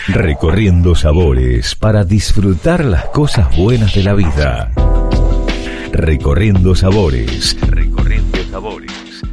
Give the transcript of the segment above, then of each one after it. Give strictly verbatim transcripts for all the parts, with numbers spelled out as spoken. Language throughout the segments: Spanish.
Recorriendo sabores para disfrutar las cosas buenas de la vida. Recorriendo sabores. Recorriendo sabores.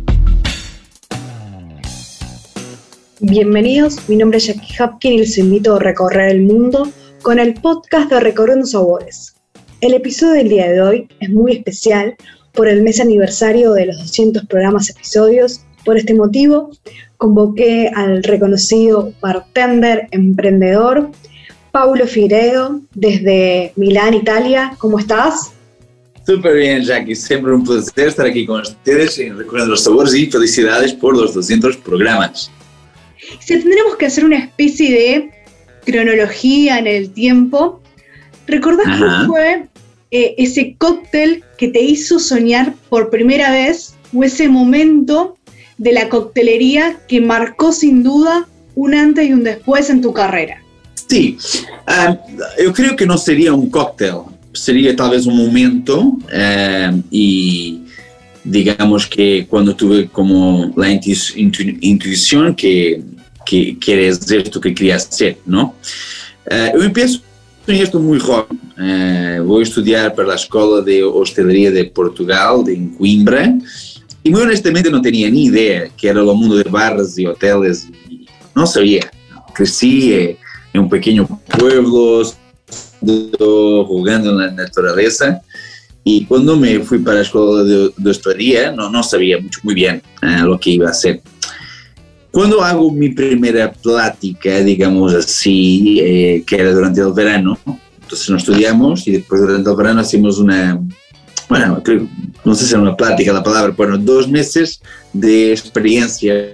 Bienvenidos, mi nombre es Jackie Hapkin y les invito a recorrer el mundo con el podcast de Recorriendo Sabores. El episodio del día de hoy es muy especial por el mes aniversario de los doscientos programas episodios. Por este motivo, convoqué al reconocido bartender, emprendedor, Paulo Figueiredo, desde Milán, Italia. ¿Cómo estás? Súper bien, Jackie. Siempre un placer estar aquí con ustedes en Recorriendo los Sabores y felicidades por los doscientos programas. Si tendremos que hacer una especie de cronología en el tiempo, ¿recordás Ajá. cuál fue eh, ese cóctel que te hizo soñar por primera vez o ese momento de la coctelería que marcó sin duda un antes y un después en tu carrera? Sí, uh, yo creo que no sería un cóctel, sería tal vez un momento uh, y digamos que cuando tuve como la intu- intu- intuición que, que, que eres esto que quería hacer, ¿no? Uh, yo empiezo en esto muy joven, uh, voy a estudiar para la Escola de Hostelería de Portugal, de Coimbra. Y muy honestamente no tenía ni idea que era el mundo de barras y hoteles, y no sabía. Crecí eh, en un pequeño pueblo, jugando en la naturaleza, y cuando me fui para la escuela de, de hostelería no, no sabía mucho, muy bien eh, lo que iba a hacer. Cuando hago mi primera plática, digamos así, eh, que era durante el verano, entonces nos estudiamos y después durante el verano hacemos una... Bueno, creo, no sé si era una plática la palabra, bueno, dos meses de experiencia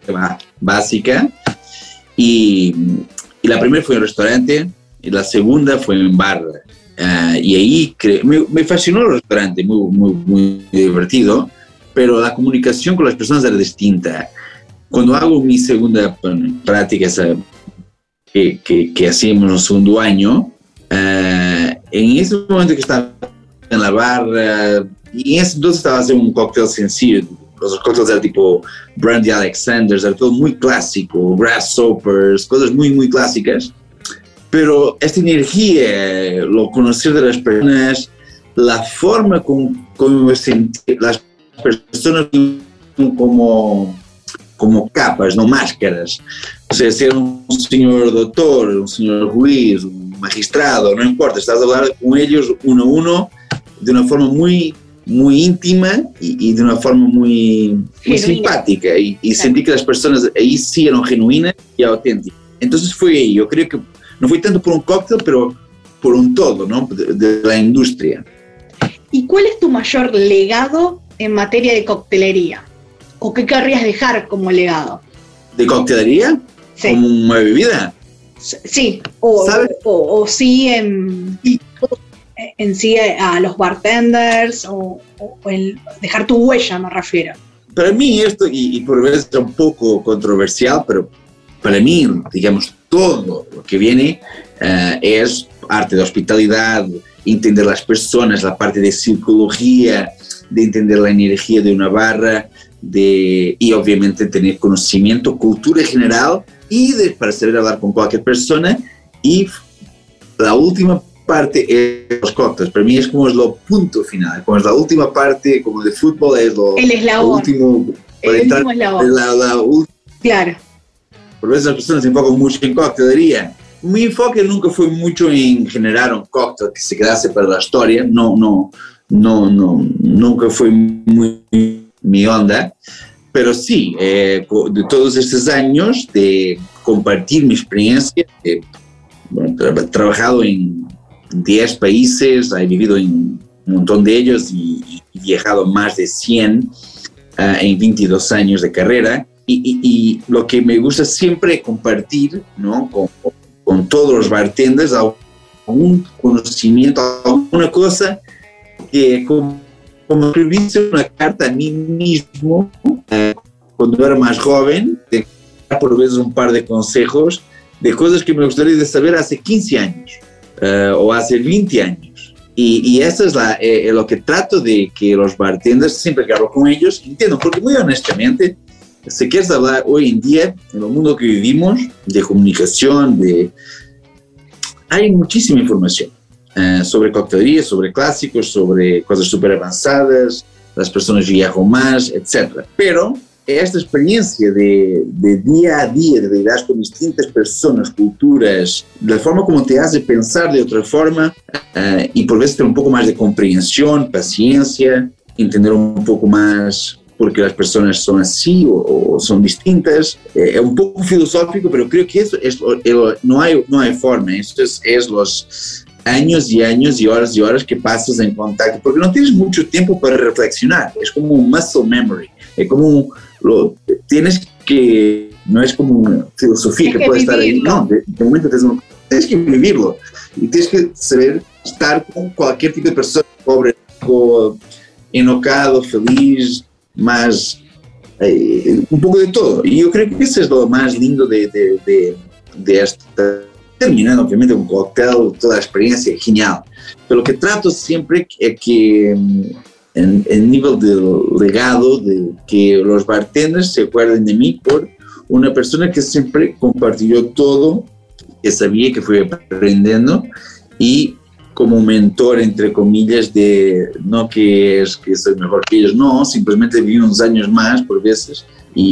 básica y, y la primera fue en un restaurante y la segunda fue en bar. Uh, y ahí cre- me, me fascinó el restaurante, muy, muy, muy divertido, pero la comunicación con las personas era distinta. Cuando hago mi segunda práctica, esa, que, que, que hacíamos en el segundo año, uh, en ese momento que estaba en la barra, y en ese entonces estaba haciendo un cóctel sencillo. Los cócteles eran tipo Brandy Alexander, era todo muy clásico, Grasshoppers, cosas muy, muy clásicas. Pero esta energía, lo conocer de las personas, la forma como, como sentí, las personas como, como capas, no máscaras. O sea, ser un señor doctor, un señor juez, un magistrado, no importa, estás hablando con ellos uno a uno, de una forma muy, muy íntima y, y de una forma muy, muy simpática. Y, y claro. Sentí que las personas ahí sí eran genuinas y auténticas. Entonces fue ahí, yo creo que no fue tanto por un cóctel, pero por un todo, ¿no? De, de la industria. ¿Y cuál es tu mayor legado en materia de coctelería? ¿O qué querrías dejar como legado? ¿De coctelería? Sí. ¿Como una bebida? Sí, o, o, o sí en... Sí. en sí a los bartenders o, o el dejar tu huella, me refiero. Para mí esto, y, y por veces es un poco controversial, pero para mí, digamos, todo lo que viene uh, es arte de hospitalidad, entender las personas, la parte de psicología, de entender la energía de una barra, de, y obviamente tener conocimiento, cultura general, y de, para saber hablar con cualquier persona. Y la última parte es los cócteles. Para mí es como es lo punto final, como es la última parte, como de fútbol es lo, el eslabón, lo último, el último eslabón. La, la, la, claro. Por veces las personas se enfocan mucho en coctelería. Mi enfoque nunca fue mucho en generar un cóctel que se quedase para la historia, no, no, no, no, nunca fue muy mi onda, pero sí, eh, de todos estos años de compartir mi experiencia, eh, bueno, he trabajado en diez países, he vivido en un montón de ellos y, y viajado más de cien uh, en veintidós años de carrera. Y, y, y lo que me gusta siempre es compartir, ¿no? con, con todos los bartenders algún conocimiento, alguna cosa que como, como escribirse una carta a mí mismo uh, cuando era más joven, de por veces un par de consejos de cosas que me gustaría de saber hace quince años. Uh, o hace veinte años. Y, y eso es la, eh, lo que trato de que los bartenders, siempre que hablo con ellos, entiendo, porque muy honestamente, si quieres hablar hoy en día, en el mundo que vivimos, de comunicación, de... hay muchísima información uh, sobre coctelería, sobre clásicos, sobre cosas súper avanzadas, las personas viajan más, etcétera. Pero esta experiencia de, de día a día, de lidiar con distintas personas, culturas, la forma como te hace pensar de otra forma uh, y por veces tener un poco más de comprensión, paciencia, entender un poco más por qué las personas son así o, o son distintas. Eh, es un poco filosófico, pero creo que eso es, no, hay, no hay forma, eso es, es los años y años y horas y horas que pasas en contacto, porque no tienes mucho tiempo para reflexionar, es como un muscle memory, es como lo, tienes que, no es como una filosofía que, que puede estar ahí, no, de, de momento tienes, tienes que vivirlo y tienes que saber estar con cualquier tipo de persona, pobre, o enojado, feliz, más, eh, un poco de todo, y yo creo que eso es lo más lindo de, de, de, de esta, terminando obviamente un cóctel, toda la experiencia, genial, pero lo que trato siempre es que en el nivel de legado, de que los bartenders se acuerden de mí por una persona que siempre compartió todo, que sabía, que fue aprendiendo, y como mentor, entre comillas, de no que es que soy mejor que ellos, no, simplemente viví unos años más por veces,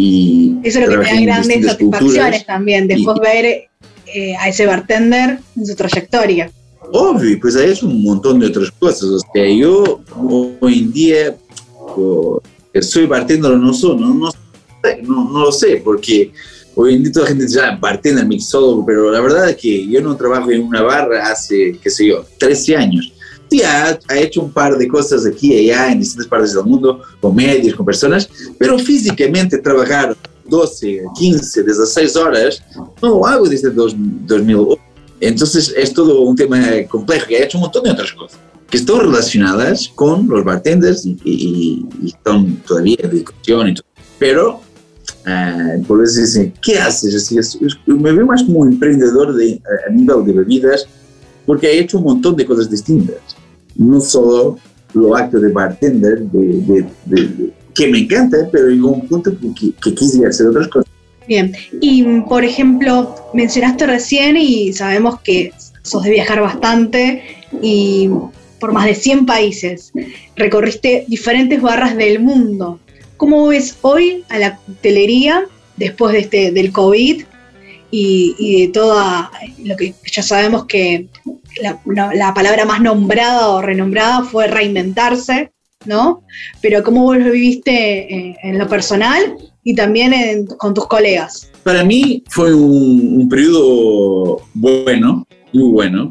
y eso es lo que te da grandes satisfacciones también, después y, ver eh, a ese bartender en su trayectoria. Obvio, pues hay un montón de otras cosas. O sea, yo hoy en día oh, soy bartender o no soy, no, no, no, no lo sé, porque hoy en día toda la gente dice, ah, bartender, mixólogo, pero la verdad es que yo no trabajo en una barra hace, qué sé yo, trece años. Sí, ha, ha hecho un par de cosas aquí y allá en distintas partes del mundo, con medios, con personas, pero físicamente trabajar doce, quince, dieciséis horas, no lo hago desde dos mil ocho. Entonces es todo un tema complejo y ha hecho un montón de otras cosas que están relacionadas con los bartenders y, y, y están todavía en discusión y todo. Pero uh, por veces dicen, ¿qué haces? Así, es, es, me veo más como emprendedor de, a nivel de bebidas porque ha hecho un montón de cosas distintas. No solo lo acto de bartender, de, de, de, de, que me encanta, pero llegó un punto que, que quise hacer otras cosas. Bien, y por ejemplo, mencionaste recién y sabemos que sos de viajar bastante y por más de cien países, recorriste diferentes barras del mundo. ¿Cómo ves hoy a la coctelería después de este, del COVID y, y de toda lo que ya sabemos que la, la palabra más nombrada o renombrada fue reinventarse, ¿no? Pero ¿cómo vos lo viviste eh, en lo personal y también en, con tus colegas? Para mí fue un, un periodo bueno, muy bueno,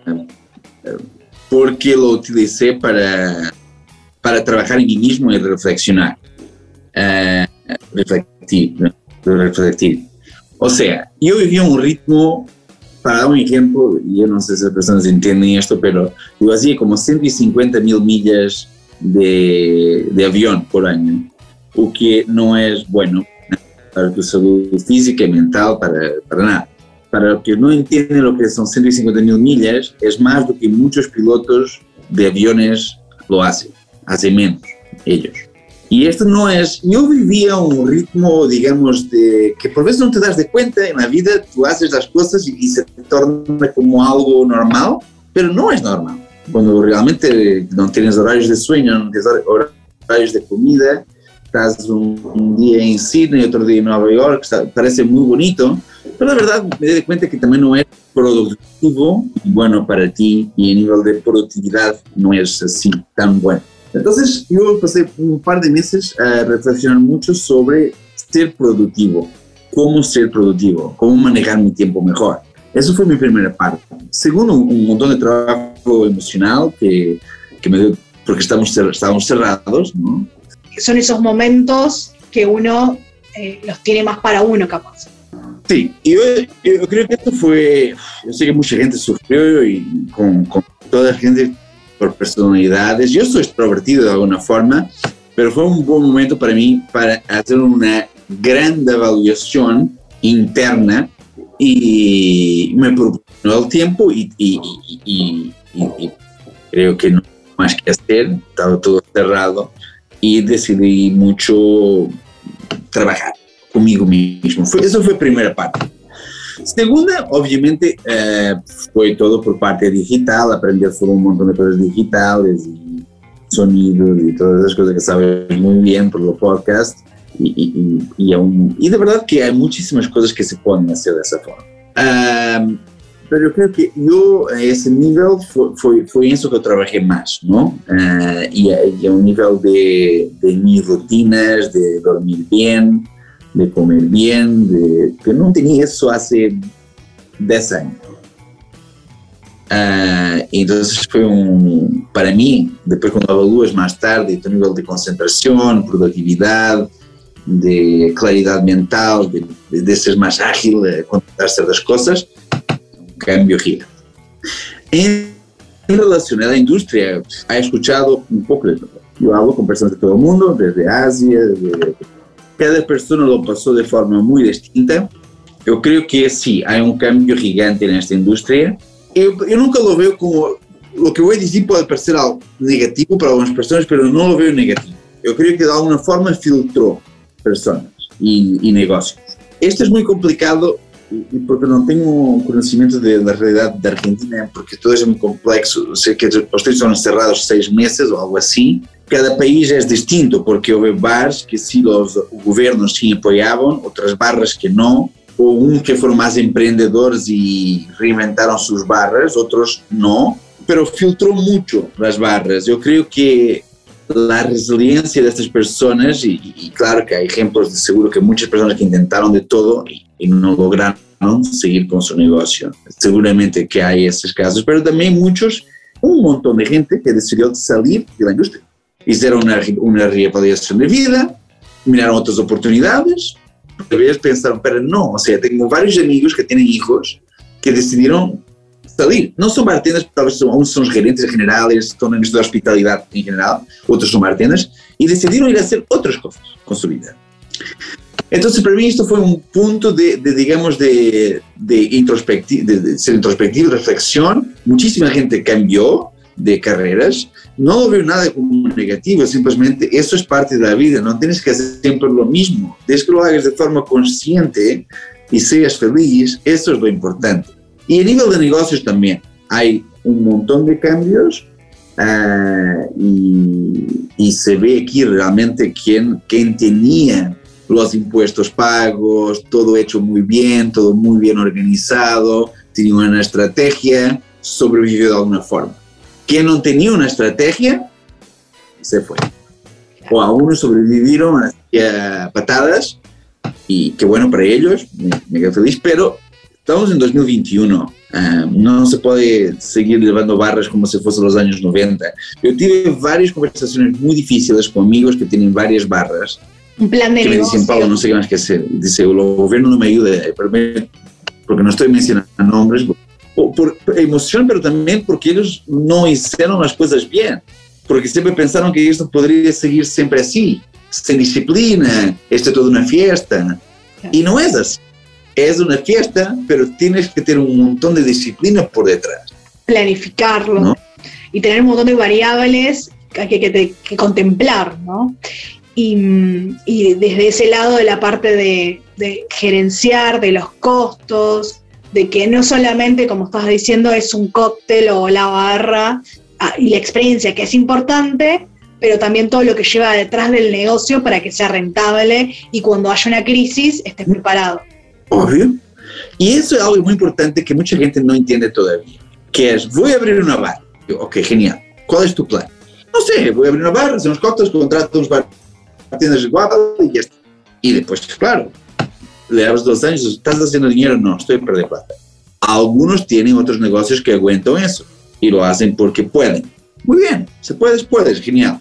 porque lo utilicé para, para trabajar en mí mismo y reflexionar, uh, reflectir, reflectir. O sea, yo vivía un ritmo, para dar un ejemplo, y yo no sé si las personas entienden esto, pero yo hacía como ciento cincuenta mil millas de, de avión por año, o que no es bueno para tu salud física y mental, para, para nada. Para los que no entienden lo que son ciento cincuenta mil millas, es más do que muchos pilotos de aviones lo hacen, hacen menos ellos. Y esto no es, yo vivía un ritmo, digamos, de que por veces no te das de cuenta en la vida, tú haces las cosas y, y se te torna como algo normal, pero no es normal. Cuando realmente no tienes horarios de sueño, no tienes horarios de comida, estás un, un día en Sydney, otro día en Nueva York, está, parece muy bonito, pero la verdad me di cuenta que también no es productivo y bueno para ti, y a nivel de productividad no es así tan bueno. Entonces yo pasé un par de meses a reflexionar mucho sobre ser productivo, cómo ser productivo, cómo manejar mi tiempo mejor. Eso fue mi primera parte. Segundo, un montón de trabajo emocional que, que me dio, porque estamos, estábamos cerrados, ¿no? Son esos momentos que uno eh, los tiene más para uno, capaz. Sí, y yo, yo creo que esto fue, yo sé que mucha gente sufrió y con, con toda la gente por personalidades. Yo soy extrovertido de alguna forma, pero fue un buen momento para mí para hacer una gran evaluación interna y me proporcionó el tiempo y, y, y, y, y, y creo que no hay más que hacer, estaba todo cerrado y decidí mucho trabajar, conmigo mismo. Foi, essa foi a primeira parte. Segunda, obviamente, eh, foi todo por parte digital, aprender sobre um montão de coisas digitais e sonidos e todas as coisas que sabes muito bem pelo podcast. E, e, e, é um, e de verdade que há muitíssimas coisas que se podem fazer dessa forma. Um, mas eu creio que eu, a esse nível, foi, foi, foi isso que eu trabalhei mais, não? Uh, e, e é um nível de, de minhas rotinas, de dormir bem, de comer bem, de, que não tinha isso há dez anos. Uh, então foi um, para mim, depois quando avaluas mais tarde, o nível de concentração, produtividade, de claridade mental, de, de, de ser mais ágil a contar certas coisas, um cambio gigante. Em relação à indústria, he escuchado um pouco de todo. Eu hablo com pessoas de todo o mundo, desde a Ásia, de, cada pessoa lo passou de forma muito distinta. Eu creio que sim, há um cambio gigante nesta indústria. Eu, eu nunca lo veo como, o que eu vou dizer pode parecer algo negativo para algumas pessoas, mas eu não lo veo negativo. Eu creio que de alguma forma filtrou pessoas e, e negócios. Este é muito complicado e porque não tenho conhecimento de, da realidade da Argentina, porque todo é muito complexo. Sei que os postos são encerrados seis meses ou algo assim. Cada país é distinto, porque houve bares que sim, os governos sim apoiavam, outras barras que não, ou um que foram mais empreendedores e reinventaram suas barras, outros não, mas filtrou muito as barras. Eu creio que a resiliência destas pessoas, e, e claro que há exemplos de seguro que muitas pessoas que tentaram de todo e, e não lograram seguir com seu negócio. Seguramente que há esses casos, mas também muitos, um montão de gente que decidiu sair da indústria. Fizeram uma, uma reavaliação de vida, miraram outras oportunidades, talvez pensaram, pero não, ou seja, tenho vários amigos que têm filhos que decidiram salir. Não são bartenders, talvez são, uns são os gerentes generais, estão na indústria da hospitalidade em geral, outros são bartenders, e decidiram ir a hacer outras coisas com sua vida. Então, para mim, isto foi um ponto de, de digamos, de, de, introspectivo, de, de ser introspectivo, reflexão. Muitíssima gente cambiou de carreiras, não lo veo nada como negativo, simplesmente isso é parte da vida, não tens que fazer sempre o mesmo, desde que lo hagas de forma consciente e seas feliz, isso é o importante. E a nível de negócios também, há um montão de cambios uh, e, e se vê aqui realmente quem, quem tinha os impuestos pagos, todo hecho muito bem, todo muito bem organizado, tinha uma estratégia, sobreviveu de alguma forma. Quem não tinha uma estratégia, se foi. O algunos sobreviviram a patadas, y qué bueno para ellos, me, me quedo feliz, pero estamos en dos mil veintiuno, uh, no se puede seguir levando barras como si fuesen los años noventa. Yo tuve varias conversaciones muy difíciles con amigos que tienen varias barras, un plan de que negocio. me dicen, Pablo, no sé qué más que hacer. Dice, el gobierno no me ayuda, porque no estoy mencionando nombres, por emoción, pero también porque ellos no hicieron las cosas bien, porque siempre pensaron que esto podría seguir siempre así, sin disciplina, esto es toda una fiesta, y no es así. Es una fiesta, pero tienes que tener un montón de disciplina por detrás. Planificarlo, ¿no? Y tener un montón de variables que, que, que, que contemplar, ¿no? Y, y desde ese lado de la parte de, de gerenciar, de los costos, de que no solamente, como estás diciendo, es un cóctel o la barra ah, y la experiencia que es importante, pero también todo lo que lleva detrás del negocio para que sea rentable y cuando haya una crisis estés preparado. Obvio. Y eso es algo muy importante que mucha gente no entiende todavía, que es, voy a abrir una barra. Ok, genial. ¿Cuál es tu plan? No sé, voy a abrir una barra, hacer unos cócteles, contrato unos bartenders igual y ya está. Y después, claro, le das dos años, ¿estás haciendo dinero? No, estoy perdiendo plata. Algunos tienen otros negocios que aguantan eso y lo hacen porque pueden. Muy bien, se puede, puedes, genial.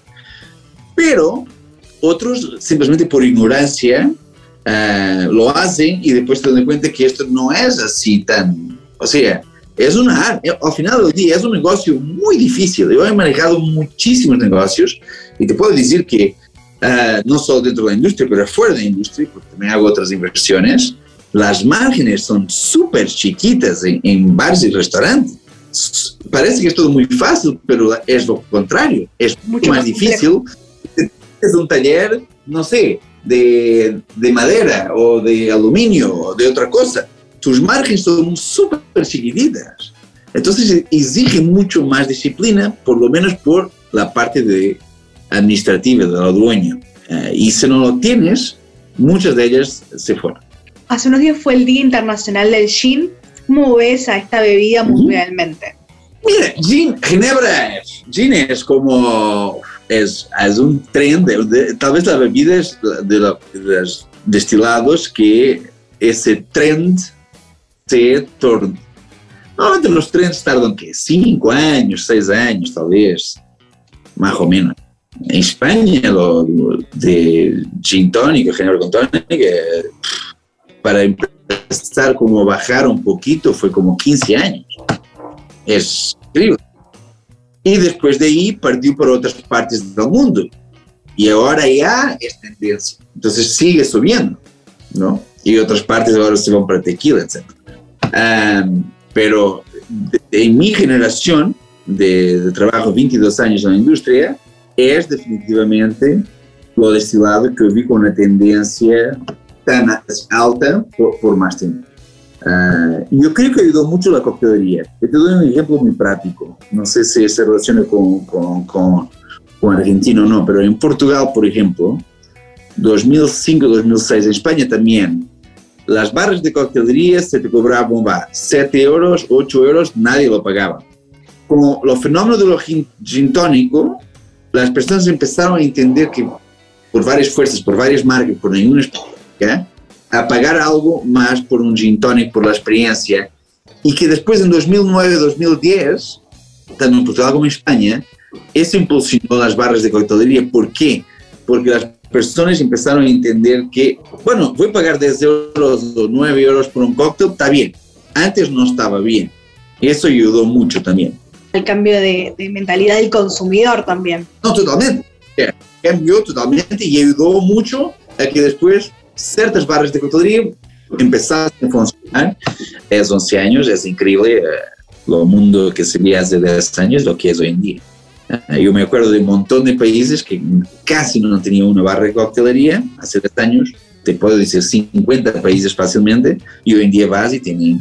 Pero otros simplemente por ignorancia uh, lo hacen y después te dan cuenta que esto no es así tan... O sea, es una... Al final del día es un negocio muy difícil. Yo he manejado muchísimos negocios y te puedo decir que Uh, no solo dentro de la industria, pero fuera de la industria, porque también hago otras inversiones, las márgenes son súper chiquitas en, en bares y restaurantes. Parece que es todo muy fácil, pero es lo contrario, es mucho más difícil. Es un taller, no sé, de, de madera o de aluminio o de otra cosa. Tus márgenes son súper chiquititas. Entonces exige mucho más disciplina, por lo menos por la parte de administrativa de la dueña. Uh, y si no lo tienes, muchas de ellas se fueron. Hace unos días fue el Día Internacional del Gin. ¿Cómo ves a esta bebida mundialmente? Mira, gin, Ginebra, gin es como, es, es un tren, de, de, tal vez la bebida es de, la, de los destilados que ese trend se torna. Normalmente los trends tardan, ¿qué? Cinco años, seis años, tal vez, más o menos. En España, lo, lo de gin tónico, Ginebra con tónica, para empezar como bajar un poquito fue como quince años. Es increíble. Y después de ahí partió por otras partes del mundo. Y ahora ya es tendencia. Entonces sigue subiendo, ¿no? Y otras partes ahora se van para tequila, etcétera. Um, pero de, de, en mi generación de, de trabajo, veintidós años en la industria, es definitivamente lo destilado que vi con una tendencia tan alta por, por más tiempo. Uh, yo creo que ayudó mucho la coctelería. Yo te doy un ejemplo muy práctico. No sé si se relaciona con, con, con, con Argentina o no, pero en Portugal, por ejemplo, dos mil cinco, dos mil seis, en España también, las barras de coctelería se te cobraban va, siete euros, ocho euros, nadie lo pagaba. Como los fenómenos de los gin, gin tónico, las personas empezaron a entender que por varias fuerzas, por varias marcas, por ninguna experiencia, a pagar algo más por un gin tonic, por la experiencia, y que después en dos mil nueve, dos mil diez, tanto en Portugal como en España, eso impulsionó las barras de coctelería. ¿Por qué? Porque las personas empezaron a entender que, bueno, voy a pagar diez euros o nueve euros por un cóctel, está bien. Antes no estaba bien. Eso ayudó mucho también. El cambio de, de mentalidad del consumidor también. No, totalmente. Cambió totalmente y ayudó mucho a que después ciertas barras de coctelería empezaron a funcionar. Es once años, es increíble uh, lo mundo que se veía hace diez años, lo que es hoy en día. Uh, yo me acuerdo de un montón de países que casi no tenían una barra de coctelería hace diez años, te puedo decir cincuenta países fácilmente, y hoy en día vas y tienen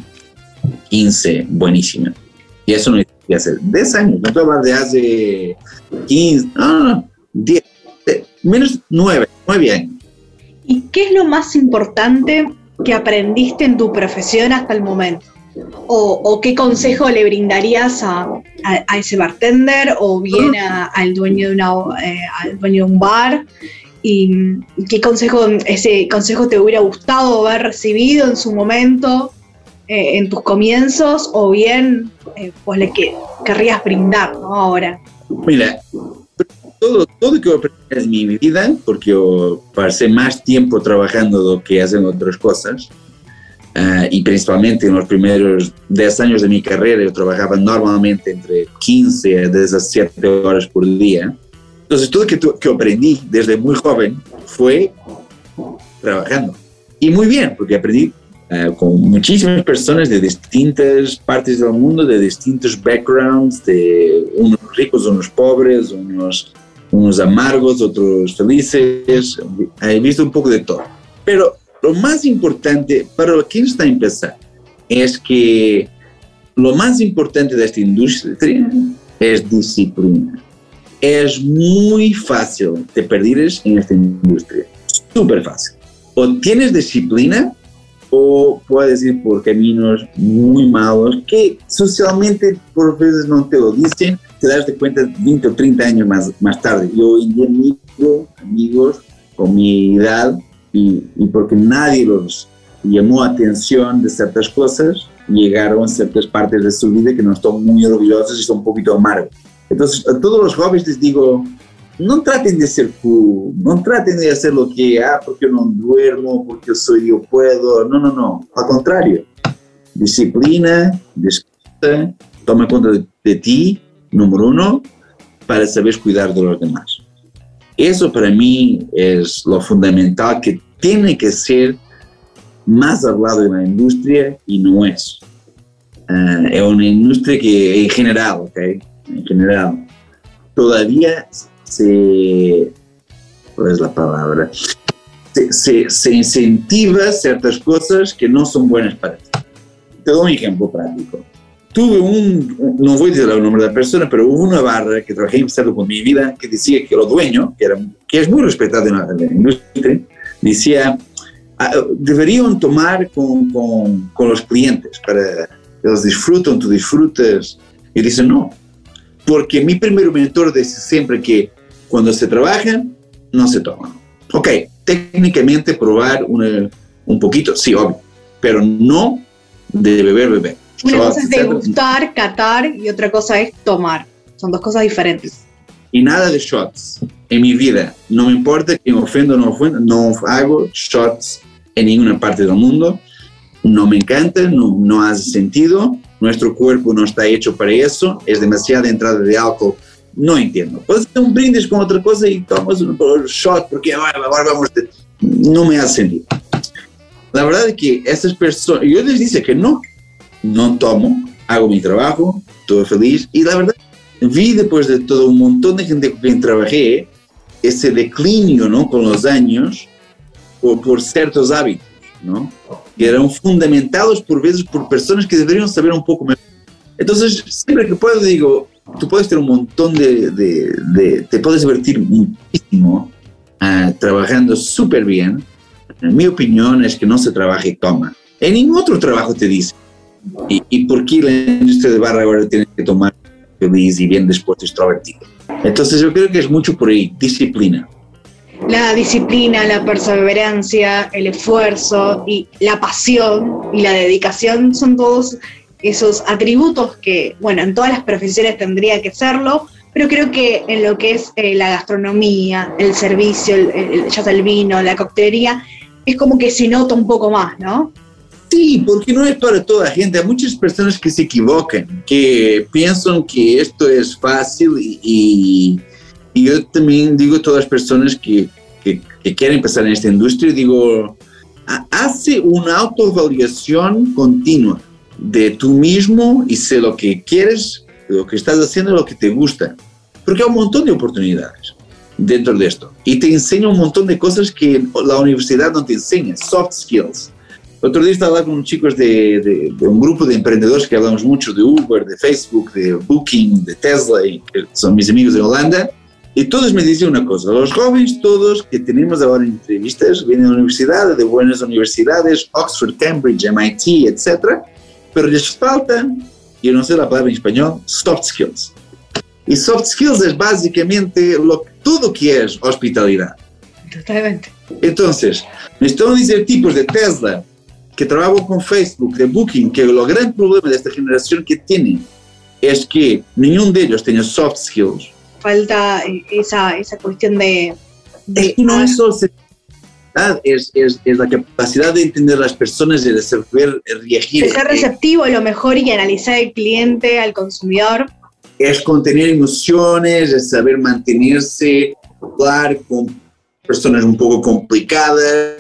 quince buenísimas. Y eso no es de hace diez años, no te hablar de hace quince, no, no, diez, menos nueve, nueve años. ¿Y qué es lo más importante que aprendiste en tu profesión hasta el momento? ¿O, o qué consejo le brindarías a, a, a ese bartender o bien a, al, dueño de una, eh, al dueño de un bar? ¿Y qué consejo, ese consejo te hubiera gustado haber recibido en su momento, eh, en tus comienzos, o bien eh, pues le que, querrías brindar, ¿no? Ahora. Mira, Todo, todo que yo aprendí en mi vida, porque yo pasé más tiempo trabajando do que haciendo otras cosas, uh, y principalmente en los primeros diez años de mi carrera yo trabajaba normalmente entre quince a diecisiete horas por día. Entonces todo que, que aprendí desde muy joven fue trabajando. Y muy bien, porque aprendí uh, con muchísimas personas de distintas partes del mundo, de distintos backgrounds, de unos ricos, unos pobres, unos... unos amargos, otros felices. He visto un poco de todo. Pero lo más importante para quien está empezando es que lo más importante de esta industria es disciplina. Es muy fácil te perderes en esta industria. Súper fácil. O tienes disciplina o puedes ir por caminos muy malos que socialmente por veces no te lo dicen. Te das de cuenta veinte o treinta años más, más tarde. Yo hoy en día miro amigos con mi edad y, y porque nadie los llamó atención de ciertas cosas, llegaron a ciertas partes de su vida que no están muy orgullosos y son un poquito amargos. Entonces a todos los jóvenes les digo, no traten de ser cool, no traten de hacer lo que, ah, porque yo no duermo, porque soy yo puedo, no, no, no, al contrario. Disciplina, disfruta, toma cuenta de, de ti, número uno, para saber cuidar de los demás. Eso para mí es lo fundamental que tiene que ser más hablado en la industria y no es. Uh, es una industria que en general, ¿ok? En general, todavía se... ¿Cuál es la palabra? se, se, se incentiva ciertas cosas que no son buenas para ti. Te doy un ejemplo práctico. Tuve un, un, no voy a decir el nombre de la persona, pero hubo una barra que trabajé empezando con mi vida que decía que el dueño, que, era, que es muy respetado en la, en la industria, decía, deberían tomar con, con, con los clientes para que los disfruten, tú disfrutes. Y dice, no, porque mi primer mentor dice siempre que cuando se trabaja, no se toma. Ok, técnicamente probar una, un poquito, sí, obvio, pero no de beber, beber. Una cosa es degustar, catar y otra cosa es tomar. Son dos cosas diferentes. Y nada de shots. En mi vida, no me importa que me ofenda o no ofenda, no hago shots en ninguna parte del mundo. No me encanta, no, no hace sentido. Nuestro cuerpo no está hecho para eso. Es demasiada entrada de alcohol. No entiendo. Puedes hacer un brindis con otra cosa y tomas un shot porque ahora vamos. De... No me hace sentido. La verdad es que esas personas, yo les dice que no. No tomo, hago mi trabajo, todo feliz. Y la verdad, vi después de todo un montón de gente con quien trabajé, ese declinio, ¿no? Con los años, por, por ciertos hábitos, ¿no? Que eran fundamentados por veces por personas que deberían saber un poco mejor. Entonces, siempre que puedo, digo, tú puedes tener un montón de... de, de te puedes divertir muchísimo uh, trabajando súper bien. En mi opinión es que no se trabaja y toma. En ningún otro trabajo te dice. ¿Y, y por qué la industria de barra ahora tiene que tomar feliz y bien después extrovertido? Entonces yo creo que es mucho por ahí, disciplina. La disciplina, la perseverancia, el esfuerzo y la pasión y la dedicación son todos esos atributos que, bueno, en todas las profesiones tendría que serlo, pero creo que en lo que es eh, la gastronomía, el servicio, el, el, ya sea el vino, la coctelería, es como que se nota un poco más, ¿no? Sí, porque no es para toda la gente. Hay muchas personas que se equivocan, que piensan que esto es fácil y, y, y yo también digo a todas las personas que, que, que quieren empezar en esta industria, digo, hace una autoevaluación continua de tú mismo y sé lo que quieres, lo que estás haciendo, lo que te gusta. Porque hay un montón de oportunidades dentro de esto y te enseña un montón de cosas que la universidad no te enseña, soft skills. Otro día estaba hablando con chicos de, de, de un grupo de emprendedores que hablamos mucho de Uber, de Facebook, de Booking, de Tesla, y que son mis amigos de Holanda, y todos me dicen una cosa, los jóvenes todos que tenemos ahora en entrevistas vienen de la universidad, de buenas universidades, Oxford, Cambridge, M I T, etcétera, pero les falta, yo no sé la palabra en español, soft skills. Y soft skills es básicamente lo, todo que es hospitalidad. Totalmente. Entonces, me están diciendo tipos de Tesla, que trabajo con Facebook, de Booking, que el gran problema de esta generación que tienen es que ninguno de ellos tiene soft skills. Falta esa, esa cuestión de... de es que no es solo es, es, es la capacidad de entender a las personas y de saber reagir. De ser receptivo a lo mejor y analizar al cliente, al consumidor. Es contener emociones, es saber mantenerse, hablar con personas un poco complicadas,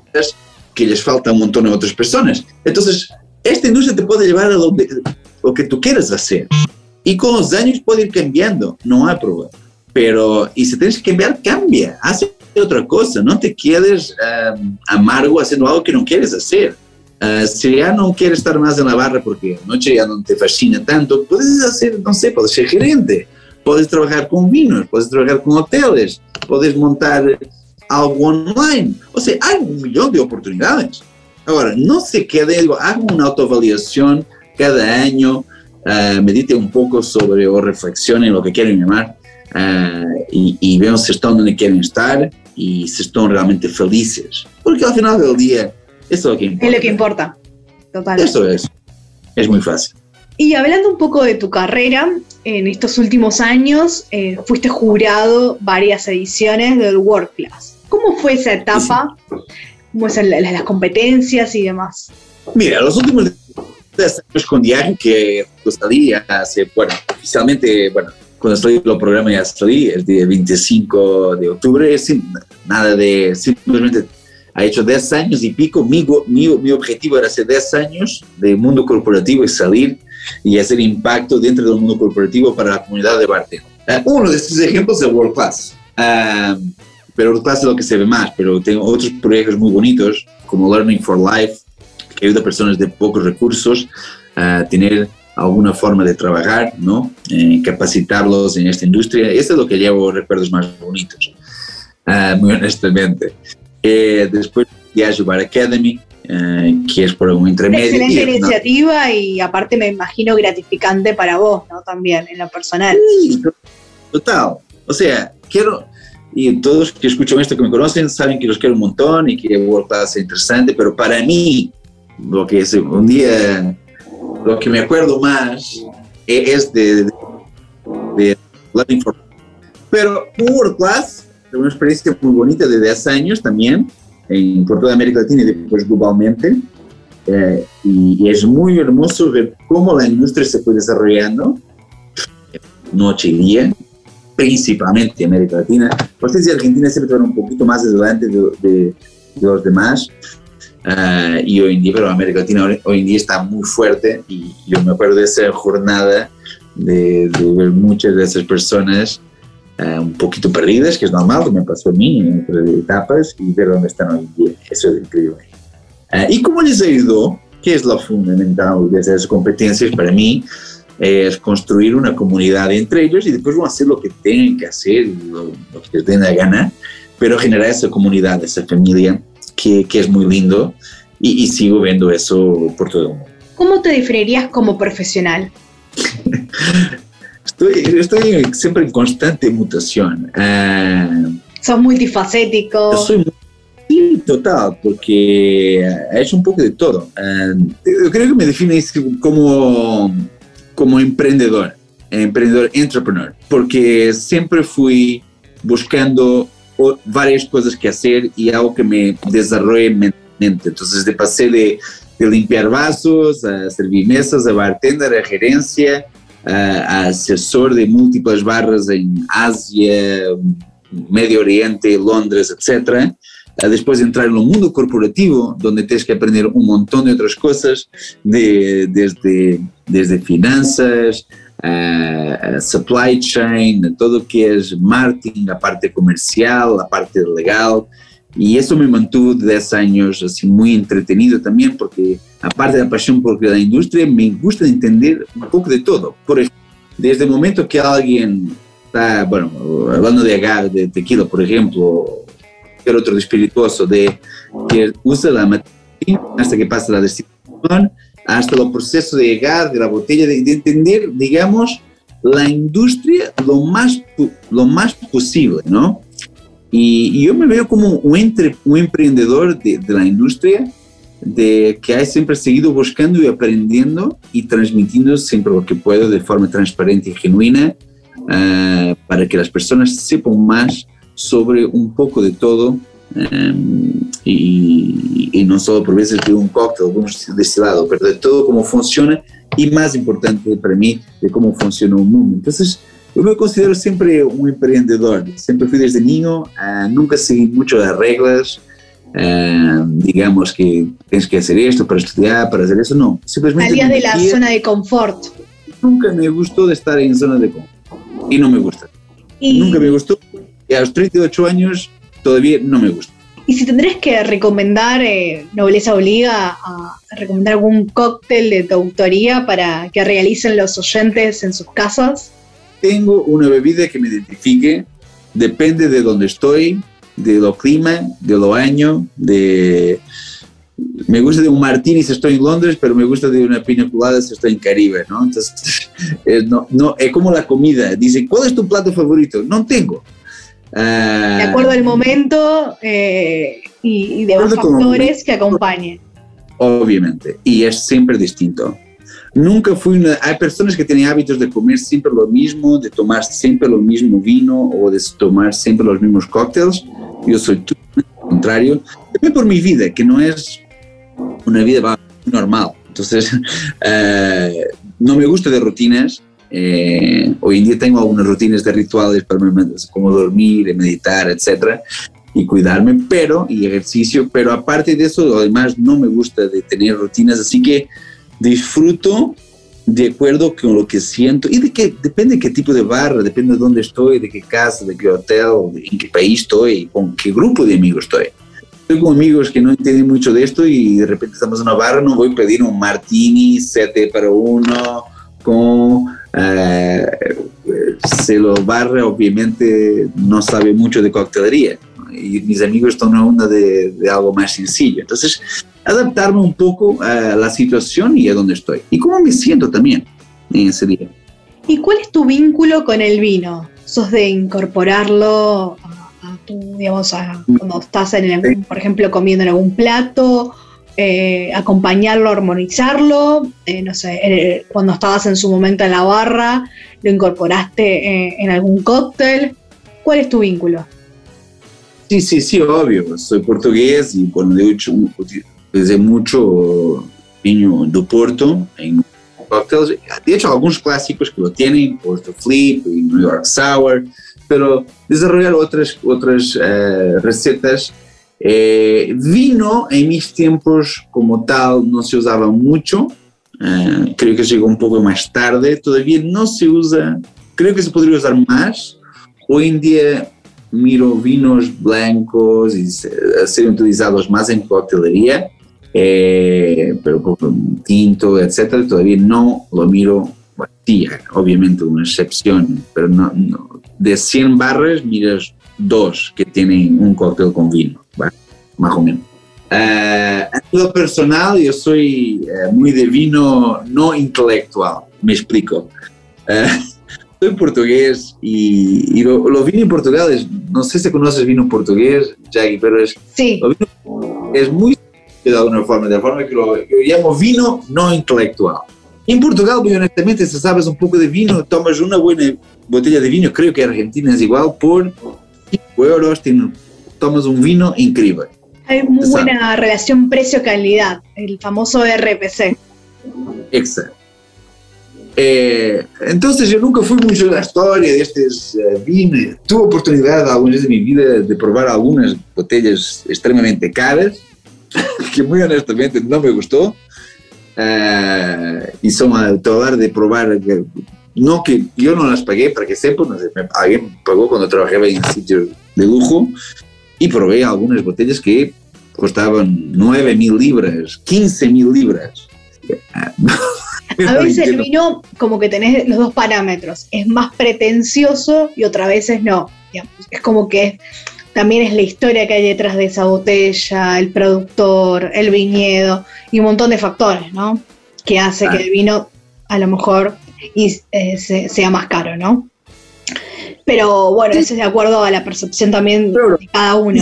que les falta un montón a otras personas. Entonces, esta industria te puede llevar a lo, de, lo que tú quieras hacer. Y con los años puede ir cambiando, no hay problema. Pero, y si tienes que cambiar, cambia. Haz otra cosa, no te quedes um, amargo haciendo algo que no quieres hacer. Uh, si ya no quieres estar más en la barra porque la noche ya no te fascina tanto, puedes hacer, no sé, puedes ser gerente, puedes trabajar con vinos, puedes trabajar con hoteles, puedes montar algo online. O sea, hay un millón de oportunidades. Ahora, no se quede, digo, haga una autoevaluación cada año, uh, medite un poco sobre o reflexione en lo que quieren llamar uh, y, y vean si están donde quieren estar y si están realmente felices. Porque al final del día, eso es lo que importa. Es lo que importa, total. Eso es, es muy fácil. Y hablando un poco de tu carrera, en estos últimos años eh, fuiste jurado varias ediciones del World Class. ¿Cómo fue esa etapa? Sí. ¿Cómo son las, las competencias y demás? Mira, los últimos años con Diario, que salí hace, bueno, oficialmente, bueno, cuando salí el programa ya salí, el día veinticinco de octubre, sin, nada de, simplemente ha hecho diez años y pico. Mi, mi, mi objetivo era hacer diez años de mundo corporativo y salir y hacer impacto dentro del mundo corporativo para la comunidad de bartender. Uh, uno de estos ejemplos es World Class. Uh, pero World Class es lo que se ve más, pero tengo otros proyectos muy bonitos, como Learning for Life, que ayuda a personas de pocos recursos a tener alguna forma de trabajar, ¿no? Eh, capacitarlos en esta industria. Esto es lo que llevo recuerdos más bonitos, uh, muy honestamente. Eh, después Diageo Bar Academy, uh, que es por un intermedio. Excelente y, iniciativa no. Y aparte me imagino gratificante para vos, ¿no? También, en lo personal. Sí, total. O sea, quiero... Y todos que escuchan esto, que me conocen, saben que los quiero un montón y que World Class es interesante, pero para mí, lo que es un día, lo que me acuerdo más es de, de, de Learning for. Pero World Class es una experiencia muy bonita de diez años también, en, por toda América Latina y después globalmente, eh, y, y es muy hermoso ver cómo la industria se fue desarrollando noche y día, principalmente en América Latina. Por si Argentina siempre estaba un poquito más adelante de, de, de los demás, uh, y hoy en día, pero América Latina hoy, hoy en día está muy fuerte, y yo me acuerdo de esa jornada de, de ver muchas de esas personas uh, un poquito perdidas, que es normal, que me pasó a mí en otras etapas, y ver dónde están hoy en día. Eso es increíble. Uh, ¿Y cómo les ayudó? ¿Qué es lo fundamental de esas competencias para mí? Es construir una comunidad entre ellos y después van a hacer lo que tengan que hacer, lo, lo que les den la gana, pero generar esa comunidad, esa familia, que, que es muy lindo, y, y sigo viendo eso por todo el mundo. ¿Cómo te definirías como profesional? estoy, estoy siempre en constante mutación. Uh, ¿Sos multifacético? Yo soy muy total, porque he hecho un poco de todo. Uh, yo creo que me define como... como emprendedor, emprendedor, entrepreneur, porque siempre fui buscando varias cosas que hacer y algo que me desarrolle mentalmente. Entonces, de pasé de, de limpiar vasos, a servir mesas, a bartender, a gerencia, a, a asesor de múltiples barras en Asia, Medio Oriente, Londres, etcétera. Después de entrar en el mundo corporativo, donde tienes que aprender un montón de otras cosas, de, desde, desde finanzas, uh, supply chain, todo lo que es marketing, la parte comercial, la parte legal. Y eso me mantuvo diez años así muy entretenido también, porque aparte de la pasión por la industria, me gusta entender un poco de todo. Por ejemplo, desde el momento que alguien está, bueno, hablando de agave, de tequila, por ejemplo, otro de espirituoso, de que usa la materia hasta que pasa la destilación, hasta el proceso de llegar de la botella, de, de entender, digamos, la industria lo más, lo más posible, ¿no? Y, y yo me veo como un, entre, un emprendedor de, de la industria, de que ha siempre seguido buscando y aprendiendo y transmitiendo siempre lo que puedo de forma transparente y genuina, uh, para que las personas sepan más sobre un poco de todo, um, y, y no solo por veces de un cóctel, de un destilado, pero de todo cómo funciona, y más importante para mí, de cómo funciona un mundo. Entonces, yo me considero siempre un emprendedor. Siempre fui desde niño, uh, nunca seguí mucho las reglas, uh, digamos que tienes que hacer esto para estudiar, para hacer eso, no. Simplemente salías de la zona de confort. Nunca me gustó de estar en zona de confort, y no me gusta. Y... nunca me gustó. Y a los treinta y ocho años todavía no me gusta. Y si tendrías que recomendar, eh, Nobleza Obliga, a, a recomendar algún cóctel de tu autoría para que realicen los oyentes en sus casas. Tengo una bebida que me identifique, depende de dónde estoy, de lo clima, de lo año, de... Me gusta de un martini si estoy en Londres, pero me gusta de una piña colada si estoy en Caribe, ¿no? Entonces, es, no, no, es como la comida. Dicen, ¿cuál es tu plato favorito? No tengo. Uh, de acuerdo al momento eh, y, y de los factores que acompañen. Obviamente, y es siempre distinto. Nunca fui una... Hay personas que tienen hábitos de comer siempre lo mismo, de tomar siempre lo mismo vino o de tomar siempre los mismos cócteles. Yo soy todo lo contrario. También por mi vida, que no es una vida normal. Entonces, uh, no me gusta de rutinas. Eh, hoy en día tengo algunas rutinas de rituales para como dormir, meditar, etcétera, y cuidarme, pero y ejercicio, pero aparte de eso, además no me gusta de tener rutinas, así que disfruto de acuerdo con lo que siento y de que depende de qué tipo de barra, depende de dónde estoy, de qué casa, de qué hotel, de en qué país estoy, con qué grupo de amigos estoy. Estoy con amigos que no entienden mucho de esto y de repente estamos en una barra, no voy a pedir un martini siete para uno con uh, se lo barra, obviamente no sabe mucho de coctelería, ¿no? Y mis amigos están en una de, de algo más sencillo. Entonces, adaptarme un poco a la situación y a dónde estoy. Y cómo me siento también en ese día. ¿Y cuál es tu vínculo con el vino? ¿Sos de incorporarlo a, a tu, digamos, a, cuando estás, en algún, por ejemplo, comiendo en algún plato, eh, acompañarlo, armonizarlo? Eh, no sé, eh, cuando estabas en su momento en la barra, ¿lo incorporaste eh, en algún cóctel? ¿Cuál es tu vínculo? Sí, sí, sí, obvio. Soy portugués y bueno, de hecho, usé mucho vinho do Porto en cócteles. De hecho, algunos clásicos que lo tienen, Porto Flip y New York Sour, pero desarrollar otras, otras eh, recetas. Eh, vino en mis tiempos como tal no se usaba mucho. Uh, creo que llegó un poco más tarde, todavía no se usa, creo que se podría usar más. Hoy en día miro vinos blancos y se, a ser utilizados más en coctelería, eh, pero con tinto, etcétera, todavía no lo miro. Bueno, sí, obviamente una excepción, pero no, no. De cien barras miras dos que tienen un cóctel con vino, ¿vale? Más o menos. Uh, a nivel personal, yo soy uh, muy de vino no intelectual, me explico. Uh, soy portugués y, y lo, lo vino en Portugal es, no sé si conoces vino portugués, Jackie, pero es, sí. Lo vino es muy de alguna forma, de la forma que lo yo llamo vino no intelectual. En Portugal, muy honestamente, si sabes un poco de vino, tomas una buena botella de vino, creo que Argentina es igual, por cinco euros, tomas un vino increíble. Hay muy buena relación precio-calidad, el famoso R P C. Exacto. Eh, entonces yo nunca fui mucho de la historia de estos uh, vinos. Tuve oportunidad alguna vez de mi vida de probar algunas botellas extremadamente caras, que muy honestamente no me gustó. Uh, y son a tratar de probar, que, no que yo no las pagué, para que sepan, no sé, me, alguien pagó cuando trabajaba en sitios de lujo. Y probé algunas botellas que costaban nueve mil libras, quince mil libras. A veces el vino, como que tenés los dos parámetros, es más pretencioso y otras veces no. Es como que también es la historia que hay detrás de esa botella, el productor, el viñedo y un montón de factores, ¿no? Que hace ah. que el vino a lo mejor y, eh, se, sea más caro, ¿no? Pero bueno, eso es de acuerdo a la percepción también de cada uno.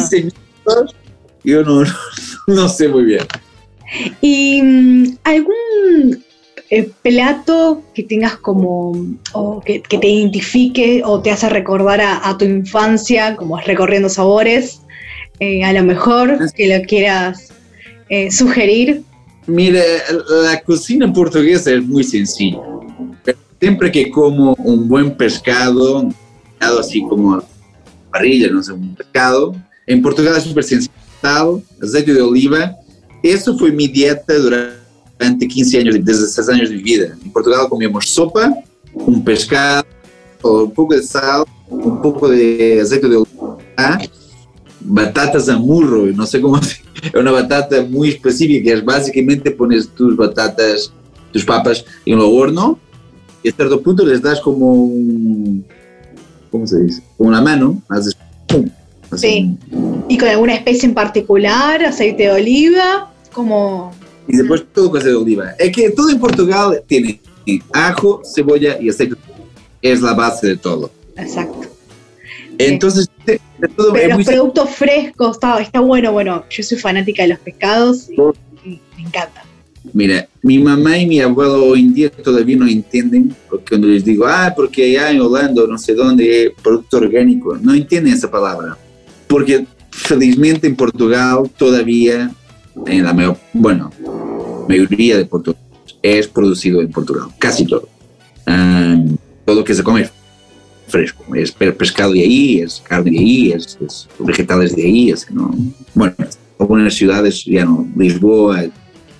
Yo no, no sé muy bien. ¿Y um, algún eh, plato que tengas como, o que, que te identifique o te hace recordar a, a tu infancia, como es Recorriendo Sabores? Eh, a lo mejor que lo quieras eh, sugerir. Mira, la cocina portuguesa es muy sencilla. Siempre que como un buen pescado, así como parrilla, no sé, un pescado. En Portugal es súper sencillo, aceite de oliva. Eso fue mi dieta durante quince años, dieciséis años de mi vida. En Portugal comíamos sopa, un pescado, un poco de sal, un poco de aceite de oliva, batatas a murro, no sé cómo, es una batata muy específica, que es básicamente pones tus batatas, tus papas en el horno y a cierto punto les das como un... ¿Cómo se dice? Con la mano, haces pum. Sí. ¿Y con alguna especie en particular? ¿Aceite de oliva? Como... Y después todo con aceite de oliva. Es que todo en Portugal tiene ajo, cebolla y aceite de oliva. Es la base de todo. Exacto. Entonces, de todo pero es los muy productos frescos, está, está bueno. Bueno, yo soy fanática de los pescados y, y me encanta. Mira, mi mamá y mi abuelo hoy en día todavía no entienden, porque cuando les digo, ah, porque allá en Holanda, no sé dónde, producto orgánico, no entienden esa palabra. Porque felizmente en Portugal todavía, en la mayor, bueno, mayoría de Portugal es producido en Portugal, casi todo. Um, todo lo que se come fresco, es pescado de ahí, es carne de ahí, es, es vegetales de ahí, es, ¿no? Bueno, algunas ciudades, ya no, Lisboa,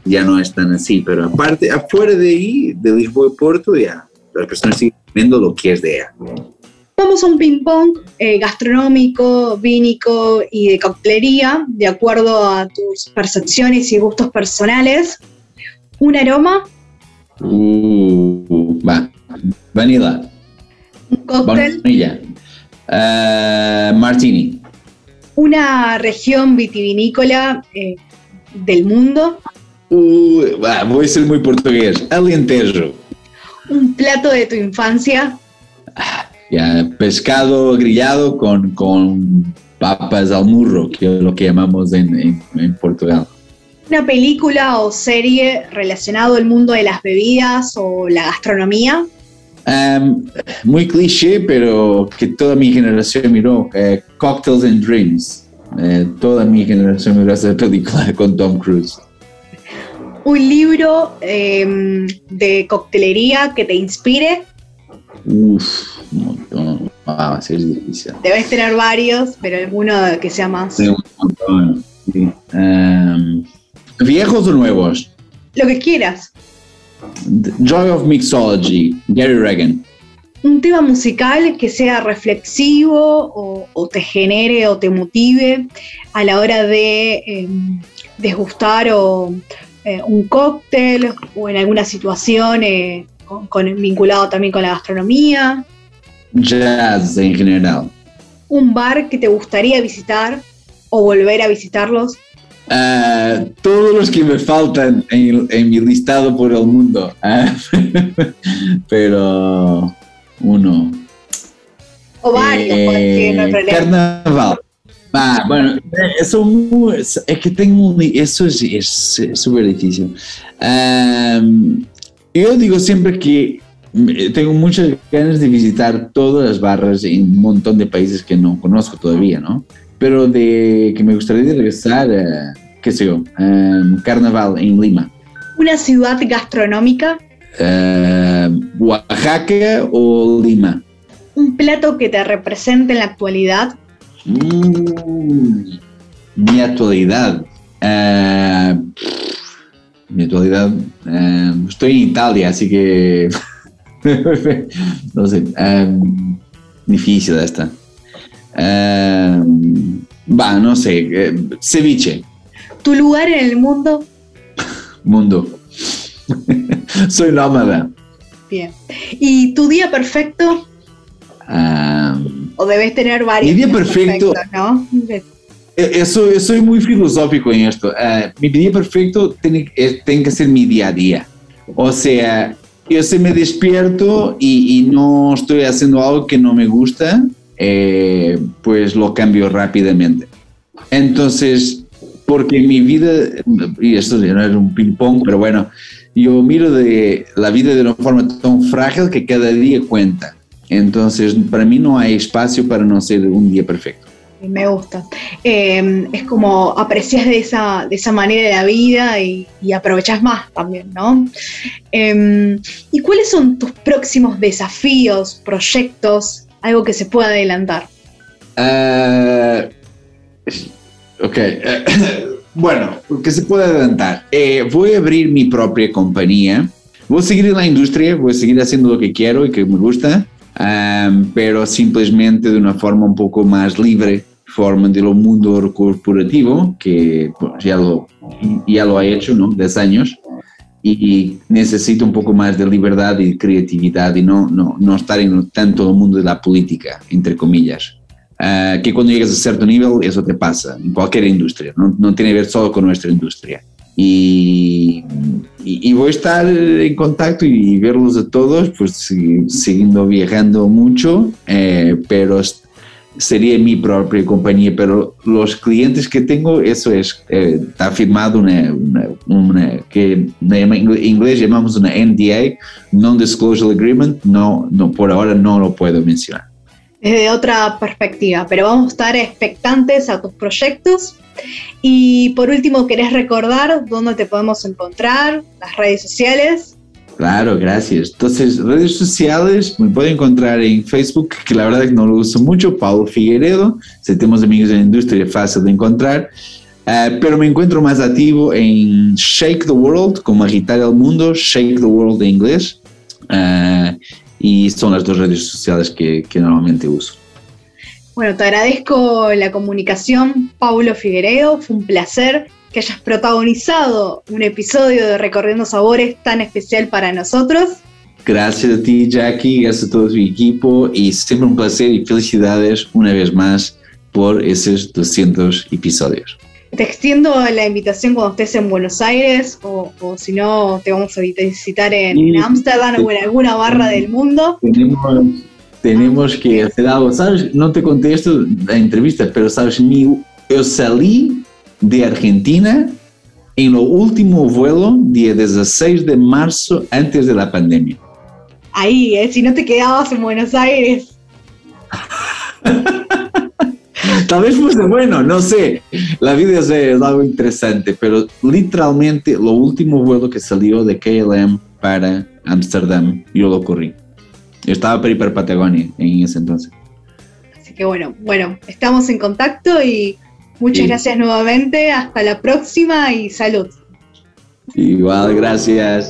ya no es tan así, pero aparte, afuera de ahí, de Lisboa y Porto, ya las personas siguen viendo lo que es de ella. Vamos a un ping-pong eh, gastronómico, vínico y de coctelería, de acuerdo a tus percepciones y gustos personales. ¿Un aroma? Uh, va. Vanilla. ¿Un cóctel? Vanilla. Uh, martini. ¿Una región vitivinícola eh, del mundo? Uh, va, voy a ser muy portugués. Alentejo. ¿Un plato de tu infancia? Ya, pescado grillado con, con papas al murro, que es lo que llamamos en, en, en Portugal. ¿Una película o serie relacionado al mundo de las bebidas o la gastronomía? Um, muy cliché, pero que toda mi generación miró, eh, Cocktails and Dreams. Eh, toda mi generación miró esa película con Tom Cruise. ¿Un libro eh, de coctelería que te inspire? Uf, un montón. Ah, sí, es difícil. Debes tener varios, pero alguno que sea más. Sí, un montón. Sí. Um, ¿Viejos o nuevos? Lo que quieras. The Joy of Mixology, Gary Regan. Un tema musical que sea reflexivo o, o te genere o te motive a la hora de eh, degustar o, eh, un cóctel o en alguna situación eh, con, con, vinculado también con la gastronomía. Jazz en general. Un bar que te gustaría visitar o volver a visitarlos. Uh, todos los que me faltan en, en mi listado por el mundo. Uh, pero uno. O varios, eh, no hay problema. Carnaval. Ah, bueno, eso muy, es que tengo un, eso es súper difícil. Um, yo digo siempre que tengo muchas ganas de visitar todas las barras en un montón de países que no conozco todavía, ¿no? Pero de que me gustaría regresar, uh, qué sé yo, um, Carnaval en Lima. ¿Una ciudad gastronómica? Uh, ¿Oaxaca o Lima? ¿Un plato que te represente en la actualidad? Mm, mi actualidad. Uh, mi actualidad. Uh, estoy en Italia, así que. no sé. Um, difícil esta. Uh, va, no sé. Uh, ceviche. ¿Tu lugar en el mundo? Mundo. Soy nómada. Bien. ¿Y tu día perfecto? Um, o debes tener varios. Mi día perfecto, ¿no? Eso, yo soy muy filosófico en esto. Uh, mi día perfecto tiene, tiene que ser mi día a día. O sea, yo se me despierto y, y no estoy haciendo algo que no me gusta, eh, pues lo cambio rápidamente. Entonces, porque mi vida, y esto no es un ping pong, pero bueno, yo miro de la vida de una forma tan frágil que cada día cuenta. Entonces, para mí no hay espacio para no ser un día perfecto. Me gusta. Eh, es como aprecias de esa, de esa manera la vida y, y aprovechas más también, ¿no? Eh, ¿Y cuáles son tus próximos desafíos, proyectos, algo que se pueda adelantar? Uh, ok. Uh, bueno, que se puede adelantar. Eh, voy a abrir mi propia compañía. Voy a seguir en la industria, voy a seguir haciendo lo que quiero y que me gusta. Um, pero simplemente de una forma un poco más libre, forma de lo mundo corporativo, que pues, ya, lo, ya lo ha hecho, ¿no? diez años, y, y necesito un poco más de libertad y creatividad y no, no, no estar en tanto el mundo de la política, entre comillas. Uh, que cuando llegas a cierto nivel, eso te pasa, en cualquier industria, no, no tiene que ver solo con nuestra industria. Y, y, y voy a estar en contacto y verlos a todos, pues siguiendo viajando mucho, eh, pero sería mi propia compañía, pero los clientes que tengo, eso es, eh, está firmado una, una, una que en inglés llamamos una N D A, Non-Disclosure Agreement, no, no, por ahora no lo puedo mencionar. Desde otra perspectiva, pero vamos a estar expectantes a tus proyectos. Y por último, ¿querés recordar dónde te podemos encontrar? Las redes sociales. Claro, gracias. Entonces, redes sociales me pueden encontrar en Facebook, que la verdad es que no lo uso mucho, Paulo Figueiredo. Si tenemos amigos en la industria, es fácil de encontrar. Uh, pero me encuentro más activo en Shake the World, como agitar el mundo, Shake the World en inglés. Uh, y son las dos redes sociales que, que normalmente uso. Bueno, te agradezco la comunicación, Paulo Figueiredo. Fue un placer que hayas protagonizado un episodio de Recorriendo Sabores tan especial para nosotros. Gracias a ti, Jackie, gracias a todo tu equipo y siempre un placer y felicidades una vez más por esos doscientos episodios. Te extiendo la invitación cuando estés en Buenos Aires o, o si no te vamos a visitar en Ámsterdam o en alguna barra del mundo. Tenemos, tenemos que hacer algo, ¿sabes? No te conté esto en la entrevista, pero sabes, mi, yo salí de Argentina en lo último vuelo, día dieciséis de marzo, antes de la pandemia. Ahí, ¿eh? Si no te quedabas en Buenos Aires. Tal vez fuese bueno, no sé. La vida es, es algo interesante, pero literalmente lo último vuelo que salió de K L M para Ámsterdam, yo lo corrí. Yo estaba para ir para Patagonia en ese entonces. Así que bueno, bueno, estamos en contacto y muchas sí. gracias nuevamente. Hasta la próxima y salud. Igual, gracias.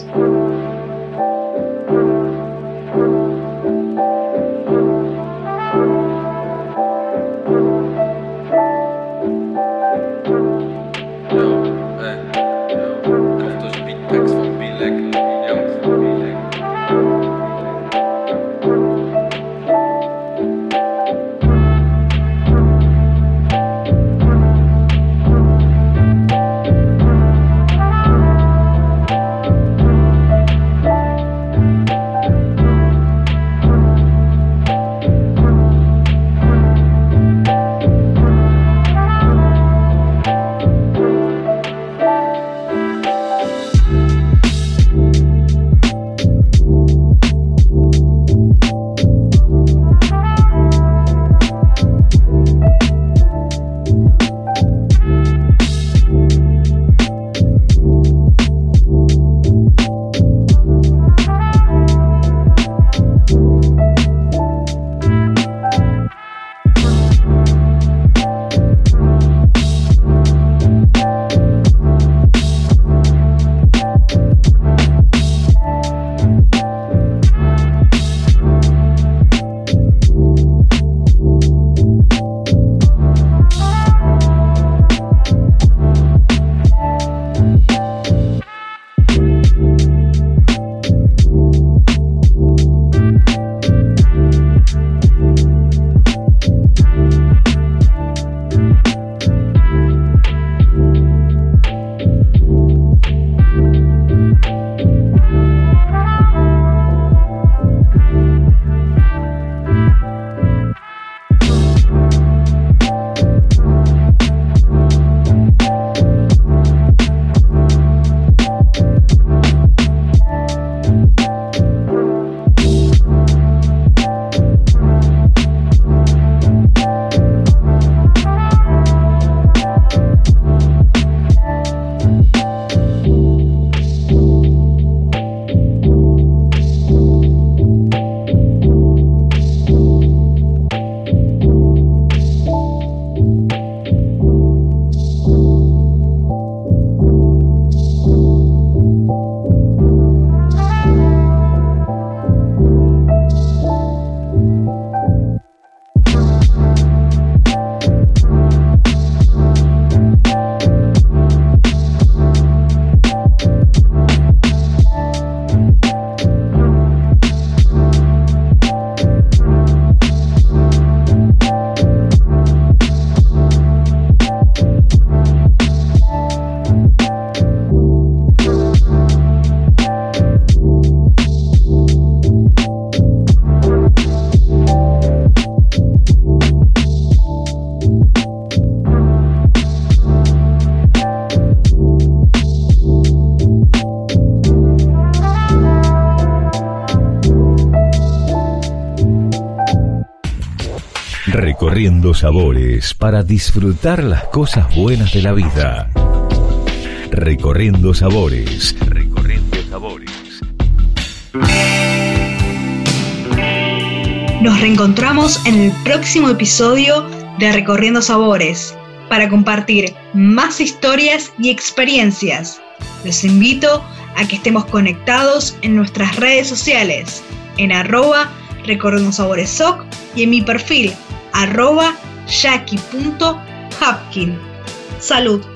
Recorriendo sabores para disfrutar las cosas buenas de la vida. Recorriendo sabores. Recorriendo sabores. Nos reencontramos en el próximo episodio de Recorriendo Sabores para compartir más historias y experiencias. Los invito a que estemos conectados en nuestras redes sociales, en arroba Recordando Sabores Soc y en mi perfil arroba jackie punto hapkin. Salud.